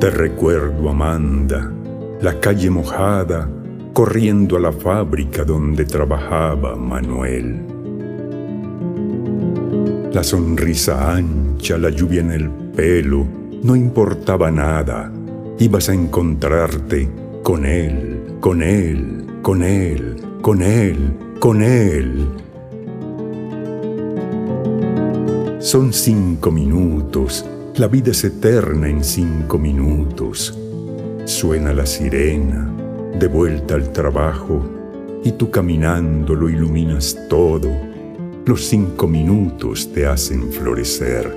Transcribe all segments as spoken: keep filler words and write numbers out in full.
Te recuerdo, Amanda, la calle mojada, corriendo a la fábrica donde trabajaba Manuel. La sonrisa ancha, la lluvia en el pelo, no importaba nada. Ibas a encontrarte con él, con él, con él, con él, con él. Son cinco minutos, la vida es eterna en cinco minutos. Suena la sirena, de vuelta al trabajo, y tú caminando lo iluminas todo. Los cinco minutos te hacen florecer.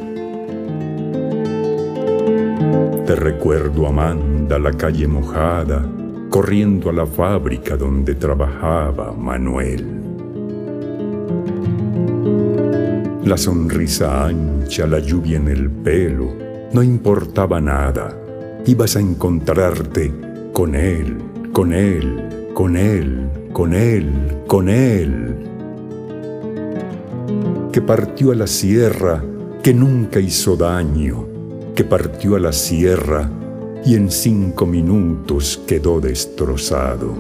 Te recuerdo, Amanda, la calle mojada, corriendo a la fábrica donde trabajaba Manuel. La sonrisa ancha, la lluvia en el pelo, no importaba nada. Ibas a encontrarte con él, con él, con él, con él, con él. Que partió a la sierra, que nunca hizo daño, que partió a la sierra y en cinco minutos quedó destrozado.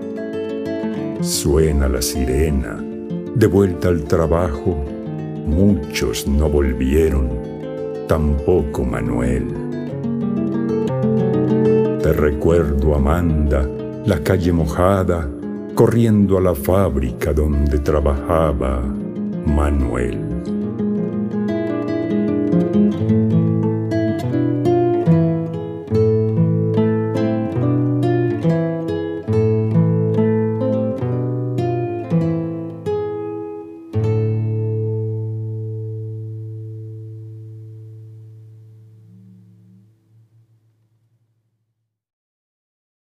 Suena la sirena, de vuelta al trabajo, muchos no volvieron, tampoco Manuel. Te recuerdo, Amanda, la calle mojada, corriendo a la fábrica donde trabajaba Manuel.